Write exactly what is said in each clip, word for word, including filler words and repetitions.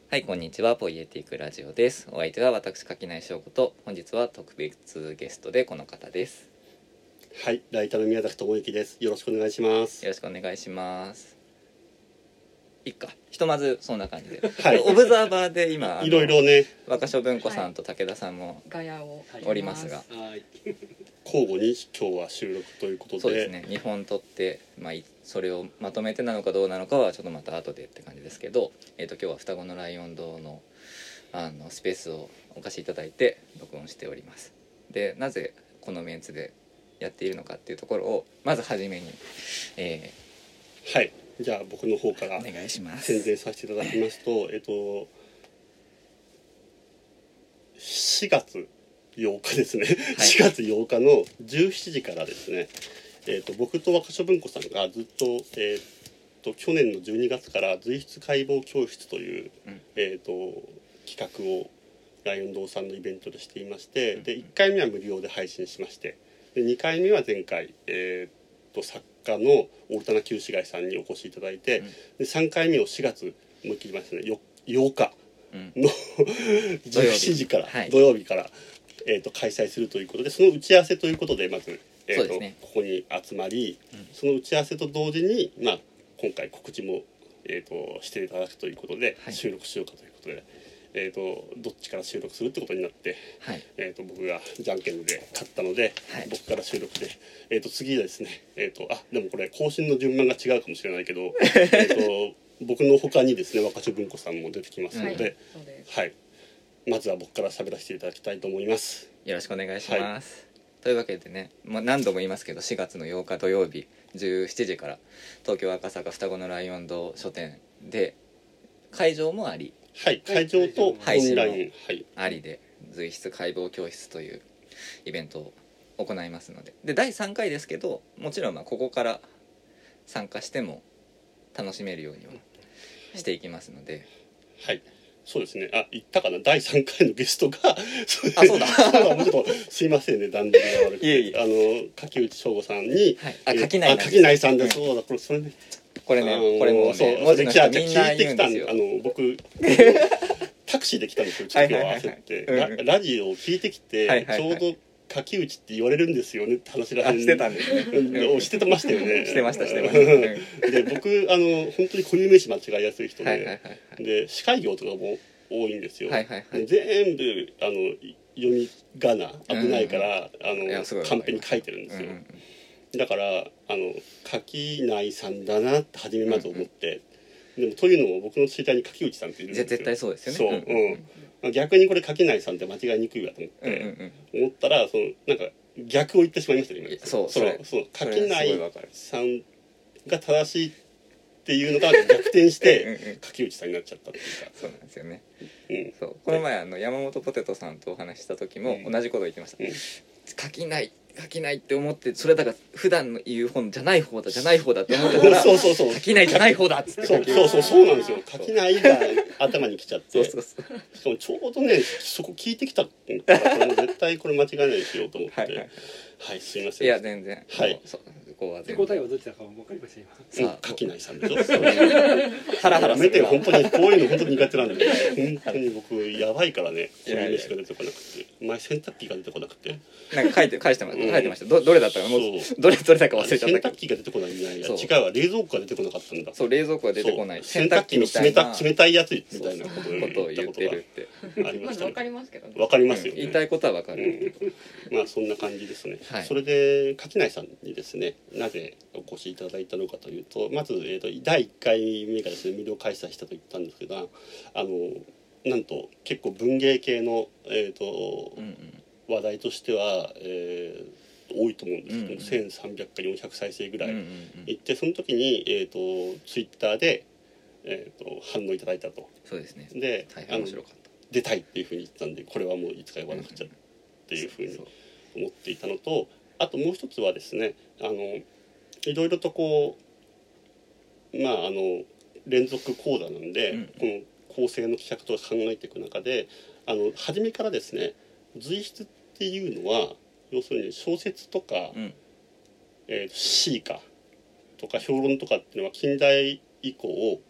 はい、こんにちは。ポイエティックラジオです。お相手は私垣内翔子と、本日は特別ゲストでこの方です。 はい、ライターの宮崎智之です。よろしくお願いします。 よろしくお願いします。いいか、ひとまずそんな感じで、 はい、 オブザーバーで今いろいろね、 若所文庫さんと武田さんもガヤをおりますが、 はい、交互に今日は収録ということで、 そうですね、にほん撮って、まあ、それをまとめてなのかどうなのかはちょっとまた後でって感じですけど、えーと今日は双子のライオン堂のあのスペースをお貸しいただいて録音しております。で、なぜこのメンツでやっているのかっていうところをまずはじめに、えー、はい、じゃあ僕の方からお願いします。 宣伝させていただきますと、えっとしがつようかですね、はい、しがつようかのじゅうしちじからですね、えっと僕と若所文庫さんがずっと、えー、っと去年のじゅうにがつから随筆解剖教室という、うん、えー、っと企画をライオン堂さんのイベントでしていまして、でいっかいめは無料で配信しまして、でにかいめは前回、えー、と作家の大棚旧市街さんにお越しいただいて、うん、でさんかいめをしがつ思い切りましたね、ようかの、うん、じゅうしちじから土曜日、はい、土曜日から、えー、と開催するということで、その打ち合わせということでまず、えーとね、ここに集まり、うん、その打ち合わせと同時に、まあ、今回告知も、えー、としていただくということで、はい、収録しようかということで。えー、とどっちから収録するってことになって、はい、えー、と僕がじゃんけんで勝ったので、はい、僕から収録で、えー、と次はですね、えー、とあでもこれ更新の順番が違うかもしれないけどえと僕の他にですね若所文庫さんも出てきますので、はい、はい、まずは僕から喋らせていただきたいと思います。 よろしくお願いします、はい、というわけでね、まあ、何度も言いますけどしがつのようか土曜日じゅうしちじから東京赤坂双子のライオン堂書店で会場もあり、 はい、会場とオンラインありで随筆解剖教室というイベントを行いますので、でだいさんかいですけど、もちろんまあここから参加しても楽しめるようにはしていきますので、 はい、はい、そうですね。あ、言ったかな、だいさんかいのゲストがあ、そうだそうだ、もうちょっとすいませんね、段取りが悪くていえいえ、 あの柿内翔吾さんに、 はい、あ、柿内柿内さんで、うん、そうだ、これそれね、 これね、これもうね、文字の人みんな言うんですよ。 あの僕タクシーで来たんですよ、ちょっと今日焦って、はいはいはいはい、ラ, ラジオを聞いてきて、はいはいはい、ちょうど柿内って言われるんですよねって話らへんしてたんですねしてましたよねしてましたしてましたで僕あの本当に固有名詞間違いやすい人で、はいはいはいはい、で司会業とかも多いんですよ、はいはいはい、全部あの読み仮名危ないから、うんうん、あのカンペに書いてるんですよ、うんうんうん、だからあの柿内さんだなって初めまず思って、うんうん、でもというのも僕の知り合いに柿内さんっているんですよ。 絶対そうですよね。 そう、うんうん、逆にこれ柿内さんって間違いにくいわと思って、うんうんうん、思ったらそのなんか逆を言ってしまいましたね今。 そうそのそう柿内さんが正しいっていうのが逆転して柿内さんになっちゃったっていうか。 そうなんですよね、うん、そうこの前あの山本ポテトさんとお話しした時も同じことを言ってました、うん、柿内柿内って思って、それだから普段の言う本じゃない方だじゃない方だって思ってたらそうそうそう柿内じゃない方だっつってそうそうそうそうなんですよ。柿内が頭にきちゃってそうそうそうしかもちょうどねそこ聞いてきたから絶対これ間違いないですよと思ってはい、はいはいはい、すいません。 いや全然はいそうここは全然答えはどっちだか分かりました今。さあ柿内さんでしょハラハラするやめて本当にこういうの本当に苦手なんで本当に僕やばいからね、そういう飯が出てこなくて前洗濯機が出てこなくてなんか書いて返してました、うん、書いてました ど, どれだったかもうどれどれだか忘れちゃったけど洗濯機が出てこないんじゃないや違うわ冷蔵庫が出てこなかったんだ。 そう冷蔵庫が出てこない洗濯機の冷た冷たいやつみたいなことを言ってるってありましたね。 わかりますけどね。 わかりますよね、 うん、言いたいことはわかる、 うん、まあそんな感じですね、はい、それで柿内さんにですねなぜお越しいただいたのかというと、まず、えーと、だいいっかいめがですね無料開催したと言ったんですけど、あのなんと結構文芸系の、えーとうんうん、話題としては、えー、多いと思うんですけど、うんうん、せんさんびゃくかよんひゃく再生ぐらいいって、その時に、えーと、ツイッターで、えーと、反応いただいたと。 そうですね。 で大変面白かった。 出たいっていうふうに言ってたんで、これはもういつか呼ばなくちゃっていうふうに思っていたのと、あともう一つはですね、あのいろいろとこうまああの連続講座なんで、うん、この構成の企画とか考えていく中で、あの初めからですね随筆っていうのは要するに小説とか、うんえー、詩歌とか評論とかっていうのは近代以降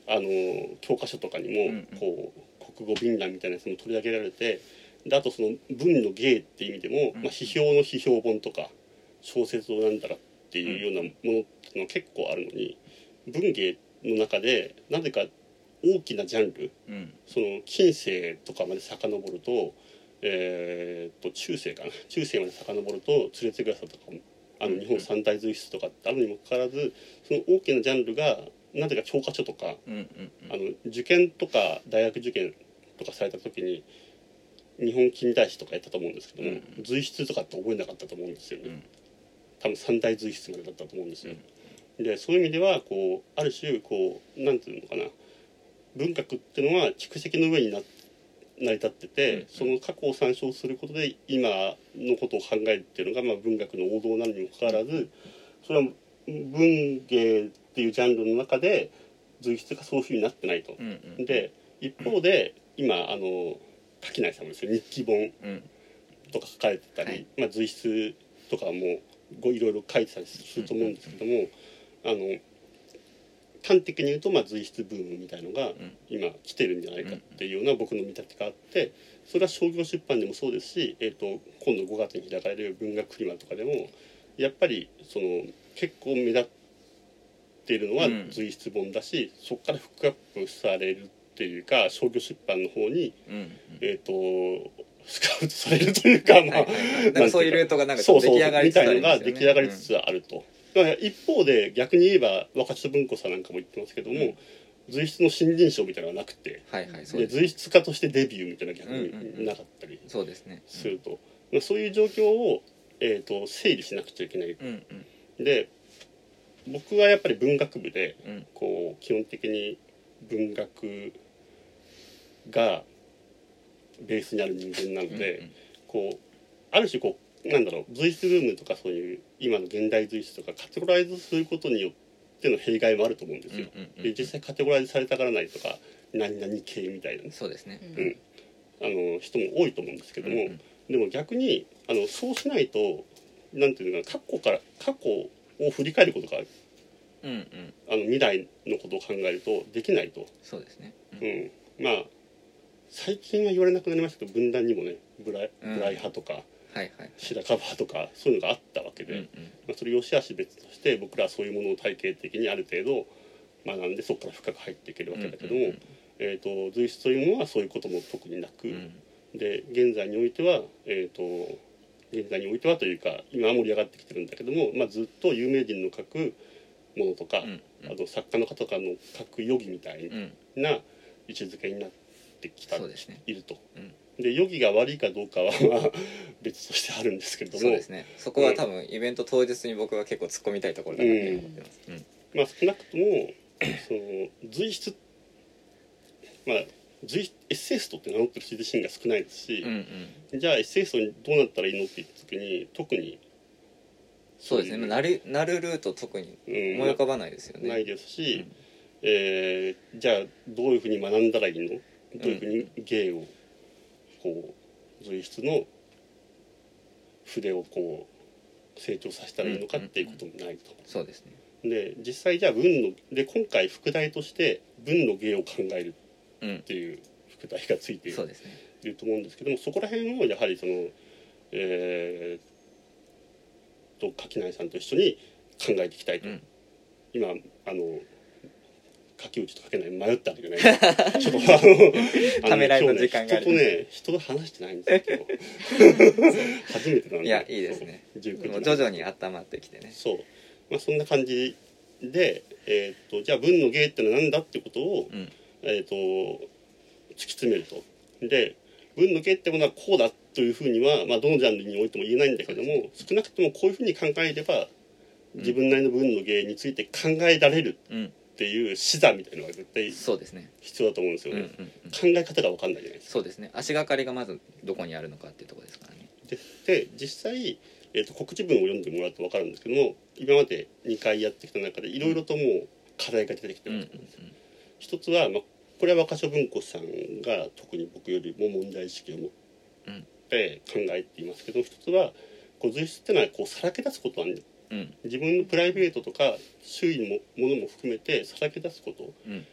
あの教科書とかにも、うんうん、こう国語便覧みたいなやつも取り上げられて、であとその文の芸っていう意味でも、うん、まあ、批評の批評本とか小説をなんだらっていうようなものっていうのは結構あるのに、文芸の中でなぜか大きなジャンル、うん、その近世とかまで遡ると、えー、と中世かな中世まで遡るとつれつぐらさとかもあの日本三大随筆とかってあるにもかかわらず、その大きなジャンルがなぜか教科書とか、うんうんうん、あの受験とか大学受験とかされた時に日本近代史とかやったと思うんですけども、うん、随筆とかって覚えなかったと思うんですよね、うん、多分三大随筆までだったと思うんですよ、うん、でそういう意味ではこうある種こうなんていうのかな、文学っていうのは蓄積の上にな成り立ってて、うんうん、その過去を参照することで今のことを考えるっていうのが、まあ、文学の王道なのにもかかわらず、それは文芸っていうジャンルの中で随筆がそういうふうになってないと、うんうん、で一方で今あの垣内さんもですよ、日記本とか書かれてたり、うん、はい、まあ、随筆とかもいろいろ書いてたりすると思うんですけども、うんうん、あの端的に言うと、まあ、随筆ブームみたいのが今来てるんじゃないかっていうような僕の見立てがあって、それは商業出版でもそうですし、えーと、今度ごがつに開かれる文学フリマとかでもやっぱりその結構目立っているのは随筆本だし、そこからフックアップされるっていうか商業出版の方に、えーとスカウトされるというか、まあ、 なんかそういうルートがなんか出来上がりつつあるんですよね。そうそうみたいのが出来上がりつつあると。だから一方で逆に言えば若津文庫さんなんかも言ってますけども、うん、随筆の新人賞みたいなのがなくて、はいはい、そうですね、随筆家としてデビューみたいな逆になかったりすると、うんうんうん、そうですね、うん、そういう状況を、えーと、整理しなくちゃいけない、うんうん、で僕はやっぱり文学部で、うん、こう基本的に文学がベースにある人間なので、うんうん、こうある種こうなんだろう、随筆ブームとかそういう今の現代随筆とかカテゴライズすることによっての弊害もあると思うんですよ、うんうんうん、で実際カテゴライズされたからないとか何々系みたいな、ね、そうですね、うん、あの人も多いと思うんですけども、うんうん、でも逆にあのそうしないとなんていうのかな、過去から過去を振り返ることが、うんうん、あの未来のことを考えるとできないと。そうですね、うんうん、まあ最近は言われなくなりましたけど、分断にもねブライ、ブライ派とか、うんはいはい、白樺とかそういうのがあったわけで、うんうん、まあ、それ良し悪し別として僕らはそういうものを体系的にある程度学んでそこから深く入っていけるわけだけども、うんうんうん、えーと、随筆というのはそういうことも特になく、うん、で現在においては、えーと、現在においてはというか今は盛り上がってきてるんだけども、まあ、ずっと有名人の書くものとか、うんうん、あと作家の方とかの書く余儀みたいな位置づけになってきた、うん、いると。うんで余儀が悪いかどうかは別としてあるんですけれども、そうですね、そこは多分イベント当日に僕は結構突っ込みたいところだなと思ってます、うんうん、まあ少なくともその随筆、まあ随エッセイストって名乗ってる人自身が少ないですし、うんうん、じゃあエッセイストにどうなったらいいのって言った時に特にそうですね、なる、なるルート特に思い浮かばないですよね、うん、ないですし、うん、えー、じゃあどういうふうに学んだらいいの、どういうふうに芸をこう随筆の筆をこう成長させたらいいのかっていうこともないと、うんうんうん、そうですね。で実際じゃあ文ので今回副題として文の芸を考えるっていう副題がついている、うん、そうですね、いると思うんですけども、そこら辺をやはりそのえー、と垣内さんと一緒に考えていきたいと、うん、今あの書き打ちと書けない迷ったんだけどねちょっとあのためらいの時間がある、ね、人とね人と話してないんですよ初めてなんで、いやいいですね、もう徐々に温まってきてね、そう、まあ、そんな感じで、えー、とじゃあ文の芸ってのは何だってことを、うん、えー、と突き詰めると。で文の芸ってものはこうだというふうには、まあ、どのジャンルにおいても言えないんだけども、少なくともこういうふうに考えれば自分なりの文の芸について考えられる、うんっていう視座みたいなのが絶対必要だと思うんですよね、うんうんうん、考え方が分かんないじゃないですか。そうですね、足がかりがまずどこにあるのかっていうところですからね。で, で実際、えー、と告知文を読んでもらうと分かるんですけども、今までにかいやってきた中でいろいろともう課題が出てきてると思うんです、うんうんうん、一つは、まあ、これは若所文庫さんが特に僕よりも問題意識を持って考えていますけど、一つはこう随筆ってのはこうさらけ出すことなんだ、うん、自分のプライベートとか周囲のものも含めてさらけ出すこと、うんうん、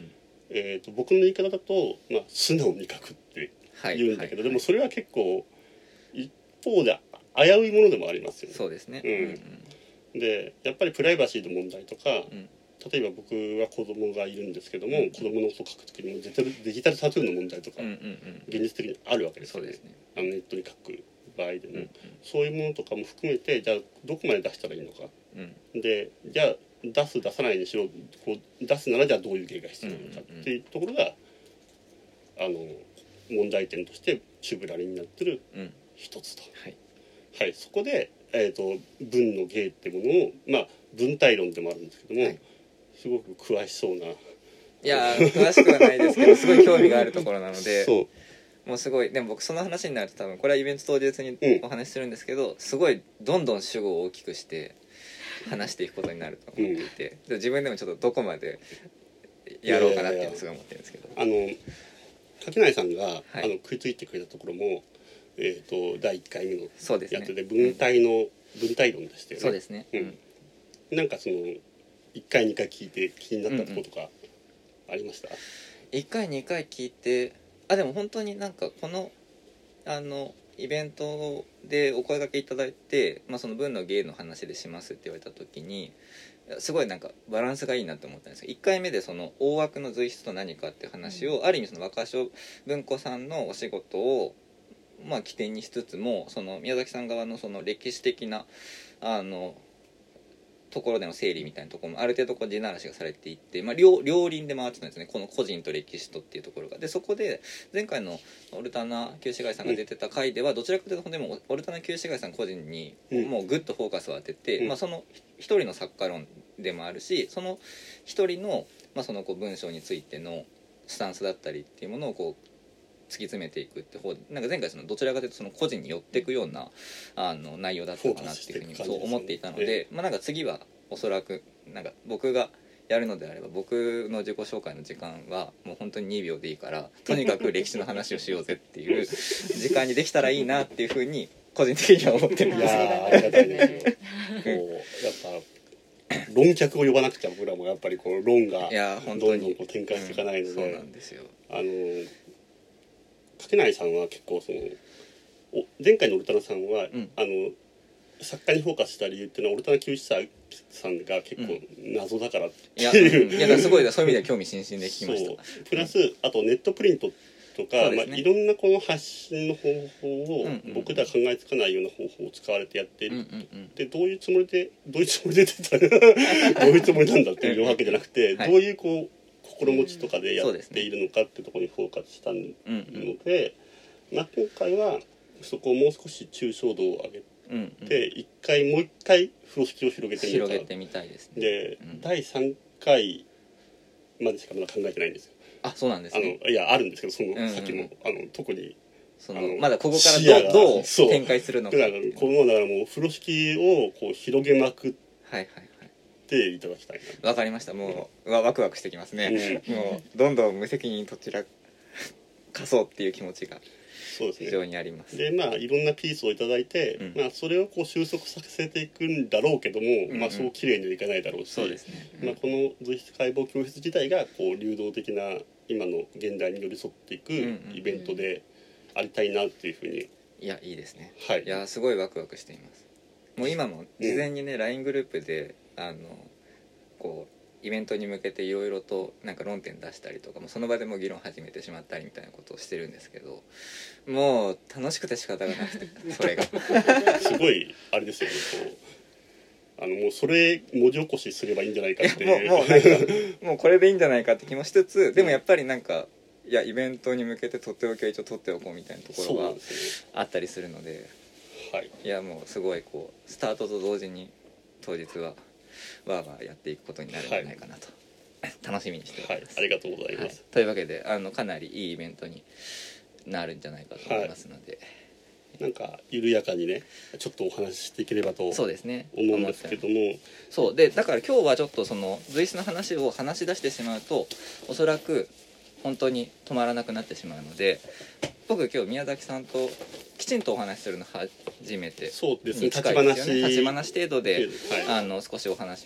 えー、と僕の言い方だと、まあ、素直に書くって言うんだけど、 はいはいはい、 でもそれは結構一方で危ういものでもありますよね。 そうですね、 うん、でやっぱりプライバシーの問題とか、 うん、 例えば僕は子供がいるんですけども、 うん、 子供のことを書くときにもデジタルデジタルタトゥーの問題とか、 うんうんうん、 現実的にあるわけですよね。 そうですね、 あのネットに書く場合でも、 うんうん、 そういうものとかも含めて、じゃあどこまで出したらいいのか、 うん、 でじゃあ出す出さないにしろ、こう出すならじゃあどういう芸が必要なのかっていうところが、あの問題点としてチューブラリになってる一つと、うん、はい、はい、そこで、えーと、文の芸ってものを、まあ文体論でもあるんですけども、はい、すごく詳しそうな、 いや詳しくはないですけどすごい興味があるところなのでそうもうすごい、でも僕その話になると多分これはイベント当日にお話しするんですけど、うん、すごいどんどん主語を大きくして話していくことになると思っていて、うん、自分でもちょっとどこまでやろうかなっていうのをすごい思ってるんですけど、 あの垣内さんが、はい、あの食いついてくれたところも、えー、とだいいっかいめのやつで文体の、うん、文体論でしたよね。 そうですね、 うん、なんかそのいっかいにかい聞いて気になったところとかありました？うんうん、いっかいにかい聞いて、あでも本当になんかこのあのイベントでお声掛けいただいて、まあ、その文の芸の話でしますって言われた時にすごいなんかバランスがいいなと思ったんですけど、いっかいめでその大枠の随筆と何かっていう話を、うん、ある意味その若所文庫さんのお仕事をまあ起点にしつつも、その宮崎さん側のその歴史的なあのところでの整理みたいなところもある程度こう地ならしがされていって、まあ、両, 両輪で回ってたんですね、この個人と歴史とっていうところが。でそこで前回のオルタナ旧市街さんが出てた回ではどちらかというとでもオルタナ旧市街さん個人にもうグッとフォーカスを当てて、うんまあ、その一人の作家論でもあるし、その一人の、まあ、そのこう文章についてのスタンスだったりっていうものをこう突き詰めていくって方で、なんか前回そのどちらかというとその個人に寄っていくようなあの内容だったかなっていうふうにそう思っていたので、まあなんか次はおそらくなんか僕がやるのであれば僕の自己紹介の時間はもう本当ににびょうでいいからとにかく歴史の話をしようぜっていう時間にできたらいいなっていうふうに個人的には思ってるんです。 いやありがたいですよこうやっぱ論客を呼ばなくちゃ僕らもやっぱりこう論がどんどんこう展開していかないので、 うん、そうなんですよ。 あの垣内さんは結構そのお前回のオルタナさんは、うん、あの作家にフォーカスした理由っていうのはオルタナ旧市さんが結構謎だからっていう、 うん、いや, いやすごいそういう意味では興味津々で聞きました。 プラス、うん、あとネットプリントとか、ねまあ、いろんなこの発信の方法を、うんうん、僕では考えつかないような方法を使われてやっている、うんうんうん、でどういうつもりでどういうつもりでって言ったらどういうつもりなんだっていうわけじゃなくて、はい、どういうこう心持ちとかでやっているのかっていうところにフォーカスしたので、うんうんまあ、今回はそこをもう少し抽象度を上げて、うんうん、一回もう一回風呂敷を広げてみた広げてみたいですね。 で、うん、だいさんかいまでしかまだ考えてないんですよ。 あ、そうなんですね。 あのいやあるんですけどその先も、うんうん、あの特にそのまだここからど う, どう展開するのか。 だからこのだからもう風呂敷をこう広げまくって、はいはいていただきたいな。 わかりました。もう、うん、ワクワクしてきますね、うん、もうどんどん無責任どちらかそうっていう気持ちが非常にあります。 でまあいろんなピースをいただいて、うんまあ、それをこう収束させていくんだろうけども、うんうんまあ、そう綺麗にはいかないだろうし、 そうですねうんまあ、この随筆解剖教室自体がこう流動的な今の現代に寄り添っていくイベントでありたいなっていうふうに、うんうん、いやいいですね、 はい、 いやすごいワクワクしています。もう今も事前にね、うん、ライン グループであのこうイベントに向けていろいろとなんか論点出したりとかもその場でも議論始めてしまったりみたいなことをしてるんですけど、もう楽しくて仕方がなくてそれがすごいあれですよねこうあのもうそれ文字起こしすればいいんじゃないかっていうもうもうなんかもうこれでいいんじゃないかって気もしつつ、でもやっぱりなんかいやイベントに向けてとっておきを一応取っておこうみたいなところがあったりするので、 はい、 いやもうすごいこうスタートと同時に当日はわーわーやっていくことになるんじゃないかなと、はい、楽しみにしております、 はい、ありがとうございます、はい、 というわけであのかなりいいイベントになるんじゃないかと思いますので、 はい、なんか緩やかにねちょっとお話ししていければと思うんですけども、 そうでだから今日はちょっとその随筆の話を話し出してしまうとおそらく本当に止まらなくなってしまうので、僕今日宮崎さんときちんとお話しするの初めてに近いですよね。立ち話程度で、はい、あの少しお話は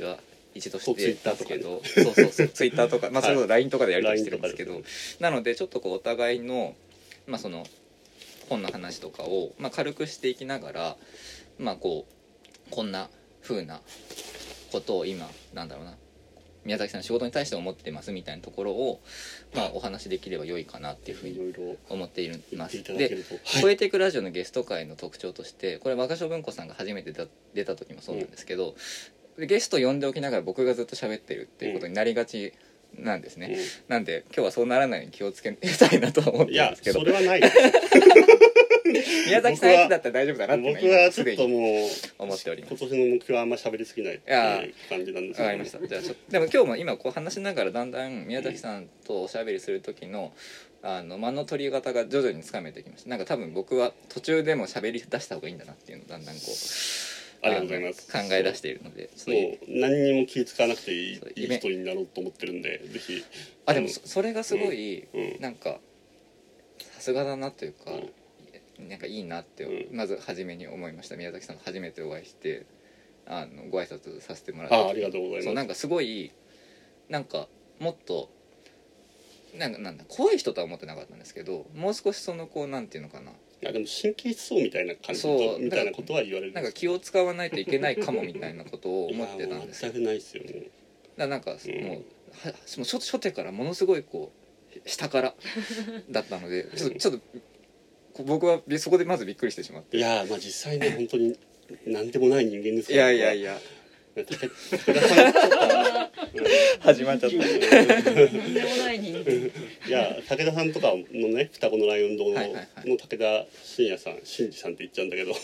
一度してますけど、そうそうそうツイッターとか、まあ、それこそ ライン とかでやり取りしてるんですけど、 はい、 なのでちょっとこうお互いの、まあ、その本の話とかを、まあ、軽くしていきながら、まあ、こうこんな風なことを今なんだろうな宮崎さんの仕事に対して思ってますみたいなところを、まあ、お話できれば良いかなっていうふうに思っています。で、超えていくラジオのゲスト会の特徴として、これ若所文庫さんが初めて出た時もそうなんですけど、うん、ゲスト呼んでおきながら僕がずっと喋ってるっていうことになりがちなんですね、うん、なんで今日はそうならないように気をつけたいなと思ってるんですけど。 いやそれはない宮崎さん相手だったら大丈夫だなって僕はちょっともう思っております。 今年の目標はあんまり喋りすぎないっていう感じなんですけど、ね、 わかりました。じゃあちょっとでも今日も今こう話しながらだんだん宮崎さんとおしゃべりする時のあの間の取り方が徐々につかめてきました。なんか多分僕は途中でも喋り出した方がいいんだなっていうのをだんだんこうありがとうございます考え出しているので、 そういうもう何にも気使わなくていい、いい人になろうと思ってるんで、ぜひ。 あでも そ, それがすごい、 うん、 なんかさすがだなというか、 うん、 なんかいいなってまず初めに思いました。宮崎さんと初めてお会いしてあのご挨拶させてもらって、 あありがとうございます。 そうなんかすごいなんかもっとなんかなんだ怖い人とは思ってなかったんですけど、もう少しそのこうなんていうのかな、 いやでも神経質そうみたいな感じとみたいなことは言われるんです。 なんか気を使わないといけないかもみたいなことを思ってたんですよ。 全くないですよね。 だからなんかもう、うん、もう初, 初手からものすごいこう下からだったのでちょっとちょっと僕はそこでまずびっくりしてしまって。 いやまあ実際ね本当に何でもない人間ですから。 ら。 いやいやいや武田さんとか始まっちゃった。 何でもない人間。 いや武田さんとかのね双子のライオン堂の、はいはいはい、の武田信也さん真二さんって言っちゃうんだけど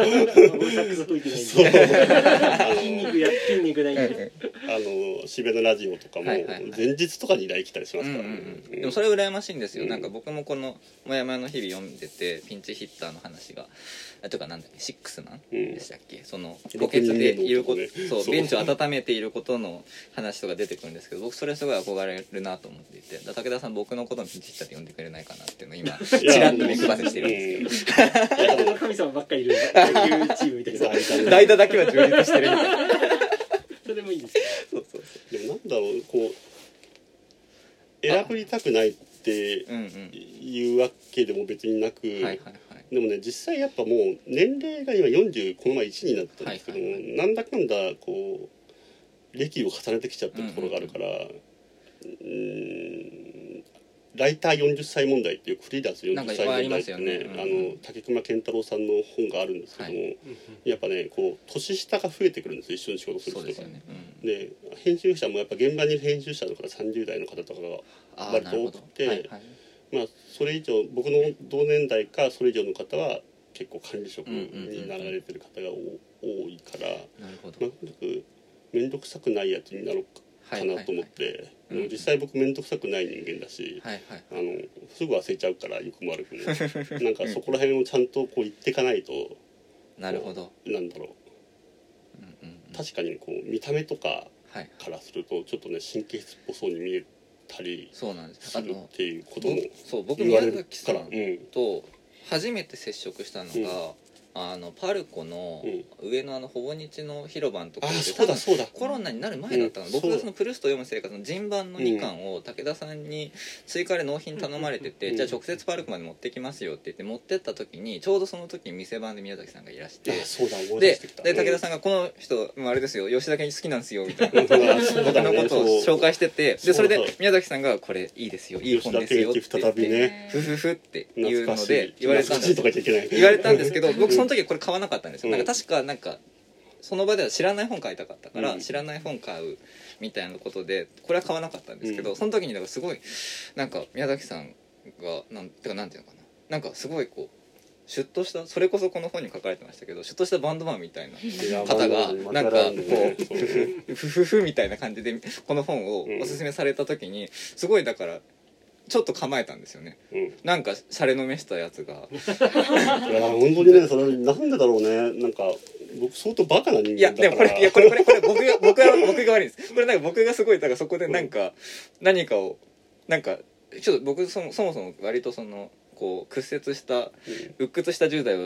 そう筋肉や筋肉ないんであの渋谷のラジオとかも前日とかに依頼来たりしますからね、うんうんうん、 でもそれ羨ましいんですよ、うん、なんか僕もこの「もやもやの日々」読んでてピンチヒッターの話がとかなんだっけシックスマンでしたっけ、うん、その墓穴でいること、ね、そうベンチを温めていることの話とか出てくるんですけど、僕それすごい憧れるなと思っていて、武田さん僕のことのピンチヒッターって呼んでくれないかなっていうのを今ちらっと目配せしてるんですけど、 うん、神様ばっかりいる野球チームみたいな代打だけは充実してるみたいなそれもいいです。 そうそうそう。 でもなんだろうこう選ぶりたくないっていうわけでも別になく、はいはいはい、でもね実際やっぱもう年齢が今よんじゅうこの前いちになったんですけども、はいはいはい、なんだかんだこう歴を重ねてきちゃってるところがあるから、うんうんうん、うーんライターよんじゅっさい問題っていうフリーランスよんじゅっさい問題ってね、ねうんうん、あの竹熊健太郎さんの本があるんですけども、はい、やっぱねこう年下が増えてくるんですよ、一緒に仕事する人が。そうですよね、うん、で編集者もやっぱ現場にいる編集者の方さんじゅう代の方とかが割と多くて、はいはい、まあそれ以上僕の同年代かそれ以上の方は結構管理職になられてる方が多いから、なるほど、まあ、とにかく面倒くさくないやつになろうかなと思って、はいはいはい、でも実際僕面倒くさくない人間だし、はいはい、あのすぐ忘れちゃうから良くも悪くもなんかそこら辺をちゃんとこう言っていかないとなるほど、 なんだろう、うんうんうん、確かにこう見た目とかからするとちょっとね神経質っぽそうに見えたりするっていうことも言われるから、 うん、と初めて接触したのが、うんあのパルコの上のあのほぼ日の広場のところで、うん、 そうだそうだコロナになる前だったの、うん、僕がそのプルスト読む生活の人版のにかんを武田さんに追加で納品頼まれてて、うん、じゃあ直接パルコまで持ってきますよって言って持ってった時にちょうどその時に店番で宮崎さんがいらして、 そうだ思い出してきた。 で武田さんがこの人あれですよ吉田健好きなんですよみたいな僕のことを紹介してて、でそれで宮崎さんがこれいいですよいい本ですよって言ってねふふふっていうので言われたんです言われたんですけど僕その時これ買わなかったんですよ、うん、なんか確かなんかその場では知らない本買いたかったから、うん、知らない本買うみたいなことでこれは買わなかったんですけど、うん、その時にだからすごいなんか宮崎さんがなんてかなんていうのかな、なんかすごいこうシュッとしたそれこそこの本に書かれてましたけどシュッとしたバンドマンみたいな方がなんかこうフフフみたいな感じでこの本をおすすめされた時にすごいだからちょっと構えたんですよね、うん、なんかシャレのめしたやつがいや本当にねそれなんでだろうね、なんか僕相当バカな人間だから。いやでもこれいやこれこれこれ僕が僕が僕が悪いんです。これなんか僕がすごいだからそこでなんか何かをなんかちょっと僕そもそもそも割とそのこう屈折した鬱屈したじゅう代を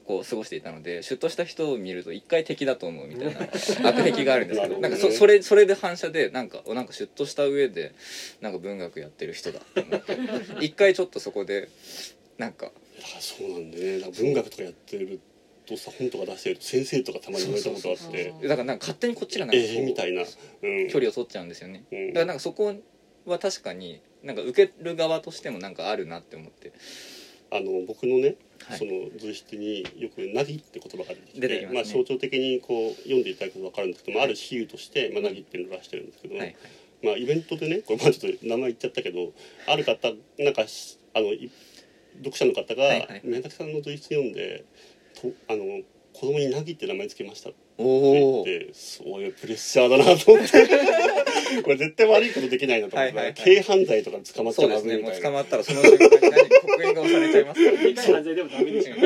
こう過ごしていたので、シュッとした人を見ると一回敵だと思うみたいな悪癖があるんですけど、なんかそそれそれで反射でなんかなんかシュッとした上でなんか文学やってる人だって思って一回ちょっとそこでなんかいやそうなんでね、なんか文学とかやってるとさ、本とか出してると先生とかたまに言われたことあってだからなんか勝手にこっちがなんかこうえーみたいな、うん、 距離を取っちゃうんですよね、 うんだからなんかそこは確かになんか受ける側としてもなんかあるなって思って、 あの僕のね、 はいその随筆によく「なぎ」って言葉が出てきて出てきますねまあ、象徴的にこう読んでいただくと分かるんですけども、ある比喩として「まあ、なぎ」っていうのを出してるんですけど、 はいはいまあ、イベントでね、これまあちょっと名前言っちゃったけど、ある方なんかあのい読者の方がはいはい宮崎さんの随筆読んでとあの子供になぎって名前つけましたっておお言って、そういうプレッシャーだなと思ってこれ絶対悪いことできないなと思って、 はいはいはい軽犯罪とか捕まっちゃそうですね、 まずいみたいな、 もう捕まったらその瞬間に何刻印が押されちゃいますからでかい犯罪でもダメでしょ。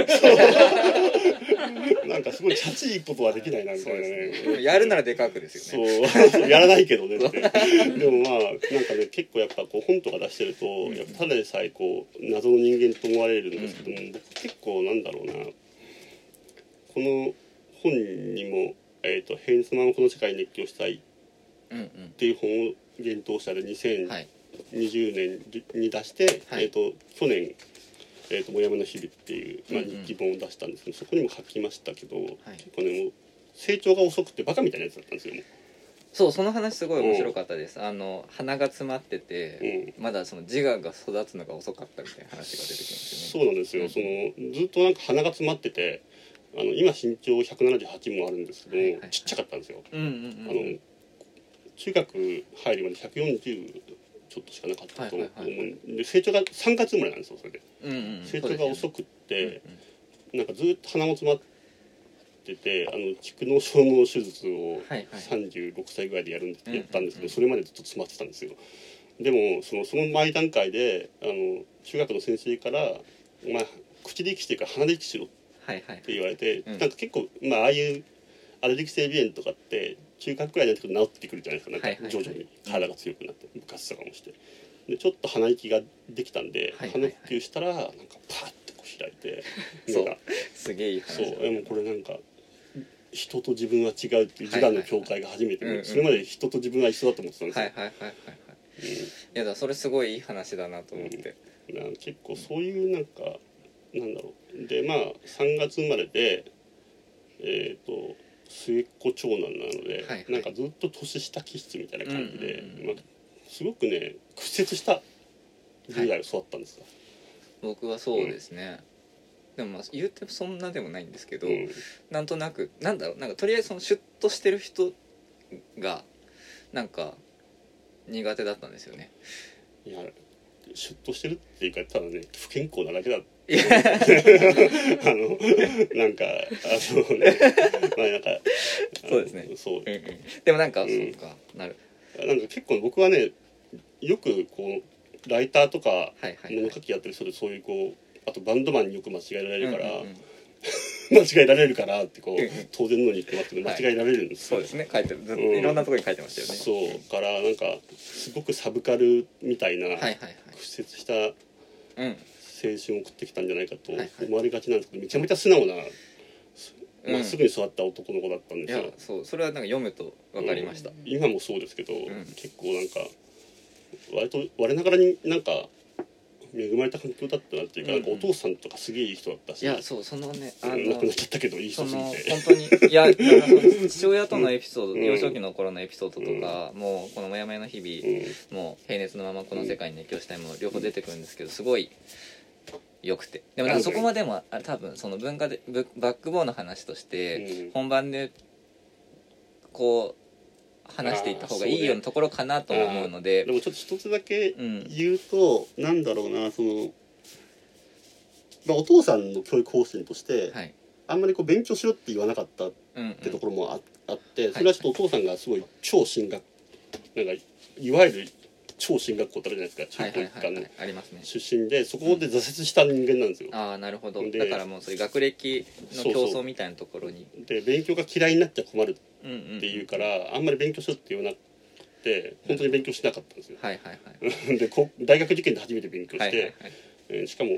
なんかすごいチャチいことはできないなみたそういなですね。 ね、やるならでかくですよね。 そうやらないけどねってでもまあなんかね、結構やっぱこう本とか出してると、やっぱただでさえこう謎の人間と思われるんですけども、僕結構なんだろうな、この本にも「えー、と平日のままこの世界に熱狂したい」っうんうんていう本を幻冬舎ではいにせんにじゅうねんに出して、 はいえー、と去年「えー、ともやまの日々」っていう、まあ、 うんうん日記本を出したんですけど、そこにも書きましたけど、 はい結構ねもう成長が遅くてバカみたいなやつだったんですよもう。 そう、その話すごい面白かったです。あの鼻が詰まってて、まだその自我が育つのが遅かったみたいな話が出てきますよね。 そうなんですよ、 うんそのずっとなんか鼻が詰まってて、あの今身長ひゃくななじゅうはちもあるんですけど、 はいはいはいちっちゃかったんですよ。 うんうんあうんの中学入るまでひゃくよんじゅうちょっとしかなかったと思う、 はいはいはいで成長がさんがつ生まれなんですよ。それでうんうん成長が遅くっそうですて、 よねなんかずっと鼻も詰まってて、あの蓄膿症の手術をはいはいさんじゅうろくさいぐらいでやるんで、 うんやったんですけど、 うんそれまでずっと詰まってたんですよ。でもそのその前段階であの中学の先生から「お前口で息してるから鼻で息しろ」ってはいはい言われて、 うんなんか結構まあああいうアレルギー性鼻炎とかって中学くらいになってくると治ってくるじゃないですか。なんかはいはいはい徐々に体が強くなって部活とかもして、でちょっと鼻息ができたんで、 はいはいはい鼻呼吸したらなんかパッてこう開いて、 そうなんかすげえいい話そうだでもこれなんか人と自分は違うっていう自我の境界が初めて、 はいはいはいそれまで人と自分は一緒だと思ってたんですよ。 はいはいはいはいはいいやだからそれすごいいい話だなと思って、 うんなんか結構そういうなんかなんだろうでまあさんがつ生まれでえっ、と末っ子長男なので、 はいはいなんかずっと年下気質みたいな感じで、 うんうんうんまあ、すごくね屈折したじゅう代を育ったんですよ、 僕はそうですね、でもまあ言うてそんなでもないんですけど、 うんなんとなくなんだろうなんかとりあえずそのシュッとしてる人がなんか苦手だったんですよね。 いやシュッとしてるっていうかただね不健康なだけだいやあのなんかあのねまあなんかそうですねそううんうんでもなんか、 うんそうかなるなんか結構僕はねよくこうライターとかはいはいはい物書きやってる人でそういうこうあとバンドマンによく間違えられるから、 うんうんうん間違えられるからってこううんうん当然のように言ってますけどはい間違えられるんですよ、 そうですね書いてるずっとうんいろんなところに書いてましたよね。 そうからなんかすごくサブカルみたいなはいはいはい屈折した青うん春を送ってきたんじゃないかとはいはい思われがちなんですけどめちゃめちゃ素直なうんまっすぐに育った男の子だったんですよ、 いやそうそれはなんか読むと分かりました、 うん今もそうですけど、 ん結構なんか割と我ながらになんか恵まれた環境だったなっていうか、 うんうんなんかお父さんとかすげえいい人だったしいやそうそのねあうん亡のくなっちゃったけどいいその人すぎて本当にいやだからその父親とのエピソード、 うん幼少期の頃のエピソードとか、もうこの「もやもやの日々」 うんもう平熱のままこの世界に熱狂したいも両方出てくるんですけどすごい良くてでもなんかそこまでもあ多分その文化でブバックボーンの話としてうん本番でこう話していった方がいいようなところかなとも思うのででもちょっと一つだけうん言うと、なんだろうなその、まあ、お父さんの教育方針として、 はいあんまりこう勉強しろって言わなかったっうんてところもあ,、あっていそれはちょっとお父さんがすごい超進学なんかいわゆる超進学校ってあるじゃないですかはい中高一貫のはいはいはいありますね出身でそこで挫折した人間なんですよ。 ああなるほどでだからもうそういう学歴の競そうそう争みたいなところにで勉強が嫌いになっちゃ困るっうんうんうんていうから、あんまり勉強しろって言わなくて本当に勉強しなかったんですよ。 はいはいはいでこ大学受験で初めて勉強して、 はいはいはいえーしかも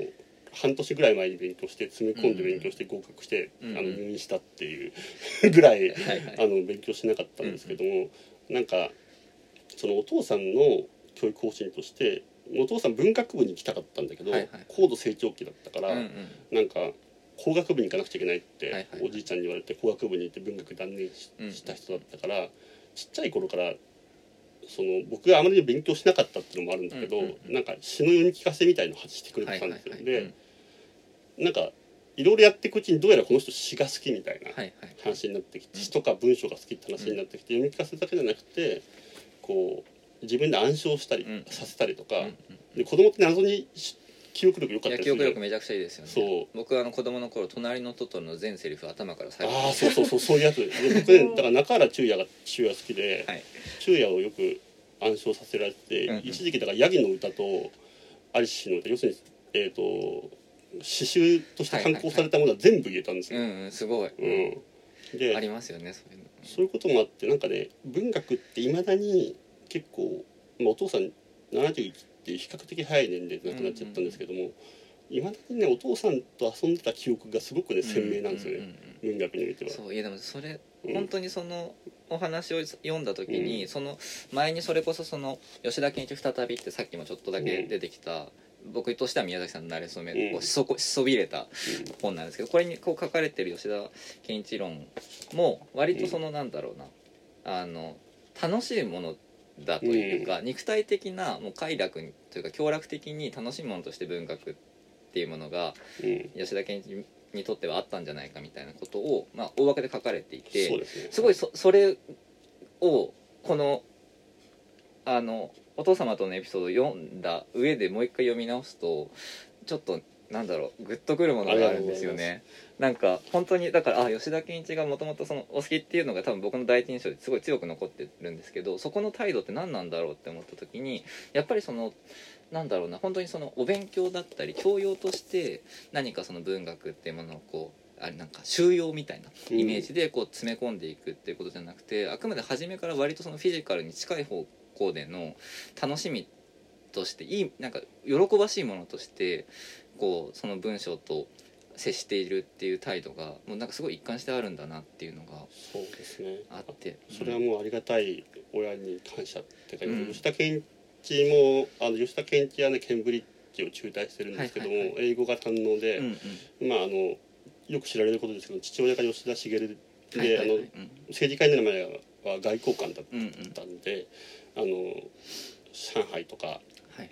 半年ぐらい前に勉強して詰め込んで勉強して合格して、 うんうん、 あの入院したっていうぐらい、 はいはい、 あの勉強しなかったんですけども、うんうん、なんかそのお父さんの教育方針としてお父さん文学部に行きたかったんだけど、はいはい、高度成長期だったから、うんうん、なんか工学部に行かなくちゃいけないって、はいはい、おじいちゃんに言われて工学部に行って文学断念 し,、うん、した人だったから、ちっちゃい頃からその僕があまり勉強しなかったっていうのもあるんだけど、うんうんうん、なんか詩の読み聞かせみたいのをしてくれてたんですよ、はいはいはい、で、うん、なんかいろいろやっていくうちにどうやらこの人詩が好きみたいな話になってきて、はいはい、詩とか文章が好きって話になってきて、うん、読み聞かせだけじゃなくてこう自分で暗唱したりさせたりとか、うんうんうん、で子供って謎に記憶力良かったですね。 記憶力めちゃくちゃいいですよね。 そう僕はあの子供の頃隣のトトロの全セリフ頭から最後ああそうそうそうそういうやつで僕ねだから中原中也が中也好きで、はい、中也をよく暗唱させられて、うんうん、一時期だからヤギの歌とアリシの歌要するにえっ、ー、と詩集として刊行されたものは全部言えたんですよ。 はいはいはい、うんうんすごい。 うん、でありますよねそういうの。 そういうこともあってなんかね文学っていまだに結構、まあ、お父さんななじゅういちっていう比較的早い年齢で亡くなっちゃったんですけどもいま、うんうん、だにねお父さんと遊んでた記憶がすごくね鮮明なんですよね、うんうんうん、文学においては。 そういやでもそれ、うん、本当にそのお話を読んだ時に、うん、その前にそれこそその吉田健一再びってさっきもちょっとだけ出てきた、うん、僕としては宮崎さんの馴れ初め、うん、こうしそこしそびれた本なんですけどこれにこう書かれてる吉田健一論も割とそのなんだろうな、うん、あの楽しいものだというか、うん、肉体的なもう快楽というか享楽的に楽しいものとして文学っていうものが、うん、吉田健一にとってはあったんじゃないかみたいなことを、まあ、大枠で書かれていてそうですね、 すごい そ, それをこのあのお父様とのエピソードを読んだ上でもう一回読み直すとちょっとなんだろうグッとくるものがあるんですよね。なんか本当にだからあ吉田健一がもともとそのお好きっていうのが多分僕の第一印象ですごい強く残ってるんですけどそこの態度って何なんだろうって思った時にやっぱりそのなんだろうな本当にそのお勉強だったり教養として何かその文学っていうものをこうあれなんか修養みたいなイメージでこう詰め込んでいくっていうことじゃなくて、うん、あくまで初めから割とそのフィジカルに近い方向での楽しみとしていいなんか喜ばしいものとしてこうその文章と接しているっていう態度がもうなんかすごい一貫してあるんだなっていうのがそうですねあってそれはもうありがたい親に感謝っていうか、うん、吉田健一もあの吉田健一はねケンブリッジを中退してるんですけども、はいはいはい、英語が堪能で、うんうん、まああのよく知られることですけど父親が吉田茂で、はいはいはい、あの、うん、政治家になる前は外交官だったんで、うんうん、あの上海とか、はい、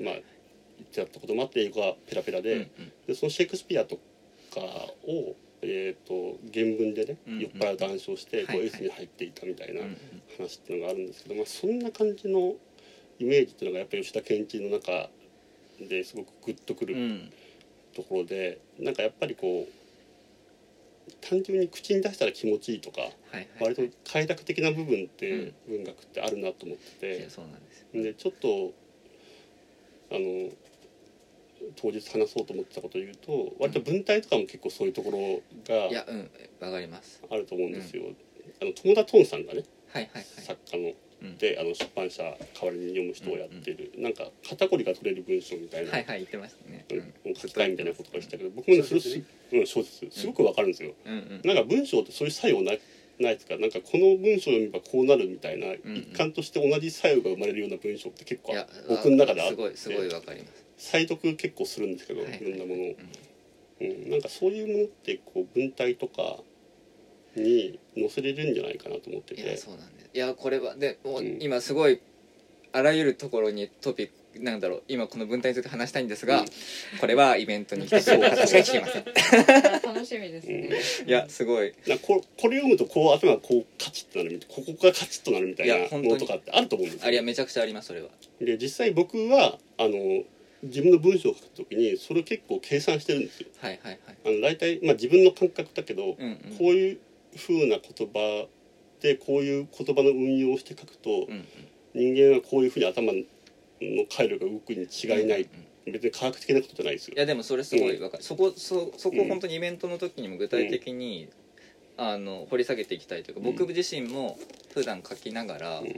まあ行ってたこともあって英語がペラペラで、うんうん、でそのシェイクスピアとかを、えー、と原文でね、うんうん、酔っ払うと暗唱してこう S に入っていたみたいな話っていうのがあるんですけど、まあ、そんな感じのイメージっていうのがやっぱり吉田健一の中ですごくグッとくるところで、うん、なんかやっぱりこう単純に口に出したら気持ちいいとか、はいはいはい、割と快楽的な部分って文学ってあるなと思ってて、 うん、そうなんですよでちょっとあの当日話そうと思ってたことを言うと割と文体とかも結構そういうところがいやうんわかりますあると思うんですよ、うん、あの友田トンさんがね、 はいはいはい、 作家ので、うん、あの出版社代わりに読む人をやっている、うんうん、なんか肩こりが取れる文章みたいな、 はいはい言ってましたね、 うん、書きたいみたいなことがしたけど僕もねそれす、うん、小説すごくわかるんですよ、うんうん、なんか文章ってそういう作用ないないですかなんかこの文章を読めばこうなるみたいな、うんうん、一貫として同じ作用が生まれるような文章って結構僕の中であってすごいすごいわかります再読結構するんですけど、はいはい、いろんなものを、うんうん、なんかそういうものってこう文体とかに載せれるんじゃないかなと思ってていやそうなんですいやこれはでもう今すごいあらゆるところにトピックなんだろう今この文体について話したいんですが、うん、これはイベントに来てくれた方しか聞けません楽しみですね、 うん、いやすごいな こ, これ読むとこう頭がこうカチッとなるみたいなここがカチッとなるみたいなものとかってあると思うんですよ。 あれはめちゃくちゃありますそれは。 で実際僕はあの自分の文章を書くときにそれを結構計算してるんですよ。 はいはいはい。 あの大体、まあ、自分の感覚だけど、うんうん、こういう風な言葉でこういう言葉の運用をして書くと、うんうん、人間はこういう風に頭の回路が動くに違いない、うんうん、別に科学的なことじゃないですよ。 いやでもそれすごい分かる、うん、そこ そ, そこ本当にイベントの時にも具体的に、うん、あの掘り下げていきたいというか僕自身も普段書きながら、うん